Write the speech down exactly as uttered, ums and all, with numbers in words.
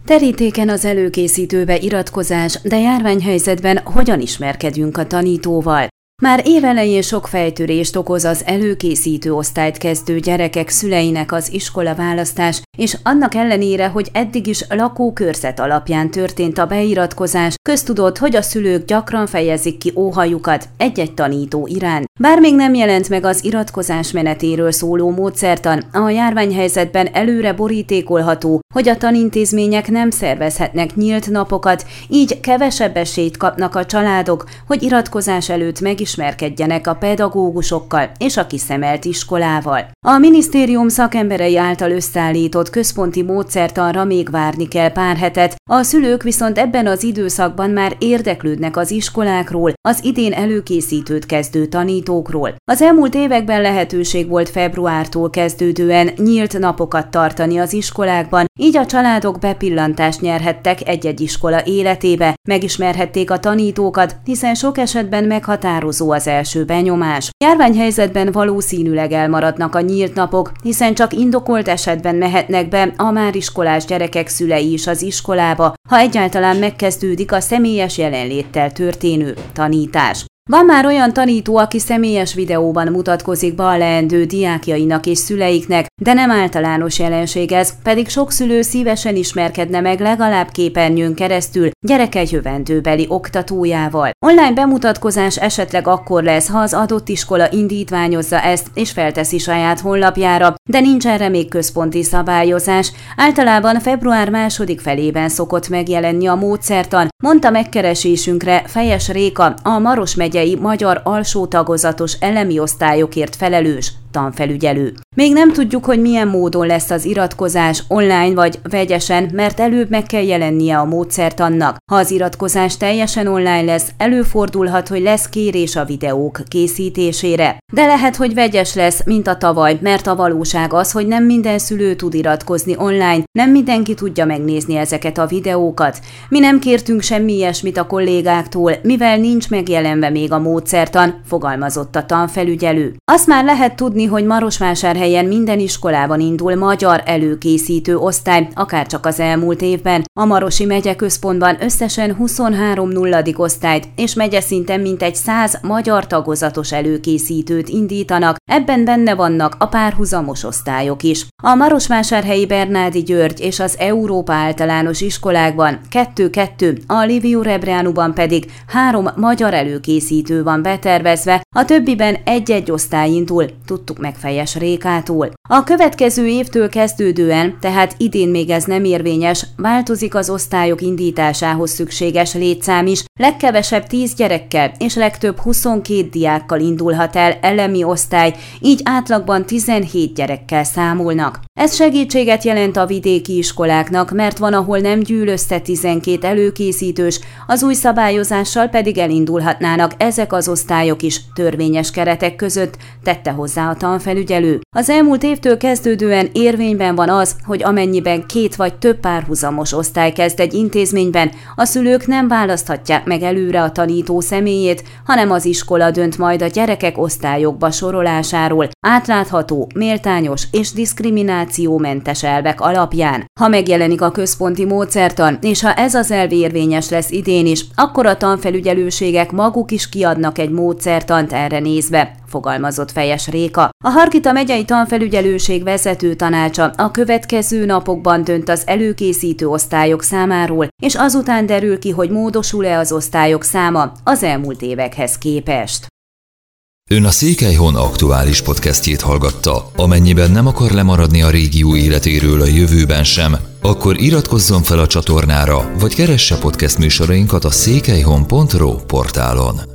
Terítéken az előkészítőbe iratkozás, de járványhelyzetben hogyan ismerkedjünk a tanítóval? Már évelején sok fejtörést okoz az előkészítő osztályt kezdő gyerekek szüleinek az iskolaválasztás, és annak ellenére, hogy eddig is lakókörzet alapján történt a beiratkozás, köztudott, hogy a szülők gyakran fejezik ki óhajukat egy-egy tanító iránt. Bár még nem jelent meg az iratkozás menetéről szóló módszertan, a járványhelyzetben előre borítékolható, hogy a tanintézmények nem szervezhetnek nyílt napokat, így kevesebb esélyt kapnak a családok, hogy iratkozás előtt megismerkedjenek a pedagógusokkal és a kiszemelt iskolával. A minisztérium szakemberei által összeállított központi módszertanra még várni kell pár hetet, a szülők viszont ebben az időszakban már érdeklődnek az iskolákról, az idén előkészítőt kezdő tanítókról. Az elmúlt években lehetőség volt februártól kezdődően nyílt napokat tartani az iskolákban, így a családok bepillantást nyerhettek egy-egy iskola életébe, megismerhették a tanítókat, hiszen sok esetben meghatározó az első benyomás. Járványhelyzetben valószínűleg elmaradnak a nyílt napok, hiszen csak indokolt esetben mehetnek be a már iskolás gyerekek szülei is az iskolába, ha egyáltalán megkezdődik a személyes jelenléttel történő tanítás. Van már olyan tanító, aki személyes videóban mutatkozik be a leendő diákjainak és szüleiknek, de nem általános jelenség ez, pedig sok szülő szívesen ismerkedne meg legalább képernyőn keresztül gyereke jövendőbeli oktatójával. Online bemutatkozás esetleg akkor lesz, ha az adott iskola indítványozza ezt és felteszi saját honlapjára, de nincs erre még központi szabályozás. Általában február második felében szokott megjelenni a módszertan, mondta megkeresésünkre Fejes Réka, a Maros megyei magyar alsó tagozatos elemi osztályokért felelős tanfelügyelő. Még nem tudjuk, hogy milyen módon lesz az iratkozás, online vagy vegyesen, mert előbb meg kell jelennie a módszertannak. Ha az iratkozás teljesen online lesz, előfordulhat, hogy lesz kérés a videók készítésére. De lehet, hogy vegyes lesz, mint a tavaly, mert a valóság az, hogy nem minden szülő tud iratkozni online, nem mindenki tudja megnézni ezeket a videókat. Mi nem kértünk semmi ilyesmit a kollégáktól, mivel nincs megjelenve még a módszertan, fogalmazott a tanfelügyelő. Azt már lehet tudni, hogy Marosvásárhelyen minden iskolában indul magyar előkészítő osztály, akárcsak az elmúlt évben. A Marosi megyeközpontban összesen huszonhárom nulladik osztályt és megyeszinten mintegy száz magyar tagozatos előkészítőt indítanak, ebben benne vannak a párhuzamos osztályok is. A Marosvásárhelyi Bernádi György és az Európa általános iskolákban kettő-kettő, a Liviu Rebreanuban pedig három magyar előkészítő van betervezve, a többiben egy-egy osztály indul, tudtuk meg Fejes Rékától. A következő évtől kezdődően, tehát idén még ez nem érvényes, változik az osztályok indításához szükséges létszám is, legkevesebb tíz gyerekkel és legtöbb huszonkét diákkal indulhat el elemi osztály, így átlagban tizenhét gyerekkel számolnak. Ez segítséget jelent a vidéki iskoláknak, mert van, ahol nem gyűl össze tizenkét előkészítős, az új szabályozással pedig elindulhatnának ezek az osztályok is törvényes keretek között, tette hozzá a tanfelügyelő. Az elmúlt évtől kezdődően érvényben van az, hogy amennyiben két vagy több párhuzamos osztály kezd egy intézményben, a szülők nem választhatják meg előre a tanító személyét, hanem az iskola dönt majd a gyerekek osztályokba sorolásáról, átlátható, méltányos és diszkriminációmentes elvek alapján. Ha megjelenik a központi módszertan, és ha ez az elv érvényes lesz idén is, akkor a tanfelügyelőségek maguk is kiadnak egy módszertant erre nézve, fogalmazott Fejes Réka. A Hargita megyei tanfelügyelőség vezető tanácsa a következő napokban dönt az előkészítő osztályok számáról, és azután derül ki, hogy módosul-e az osztályok száma az elmúlt évekhez képest. Ön a Székelyhon aktuális podcastjét hallgatta. Amennyiben nem akar lemaradni a régió életéről a jövőben sem, akkor iratkozzon fel a csatornára, vagy keresse podcast műsorainkat a székelyhon pont ro portálon.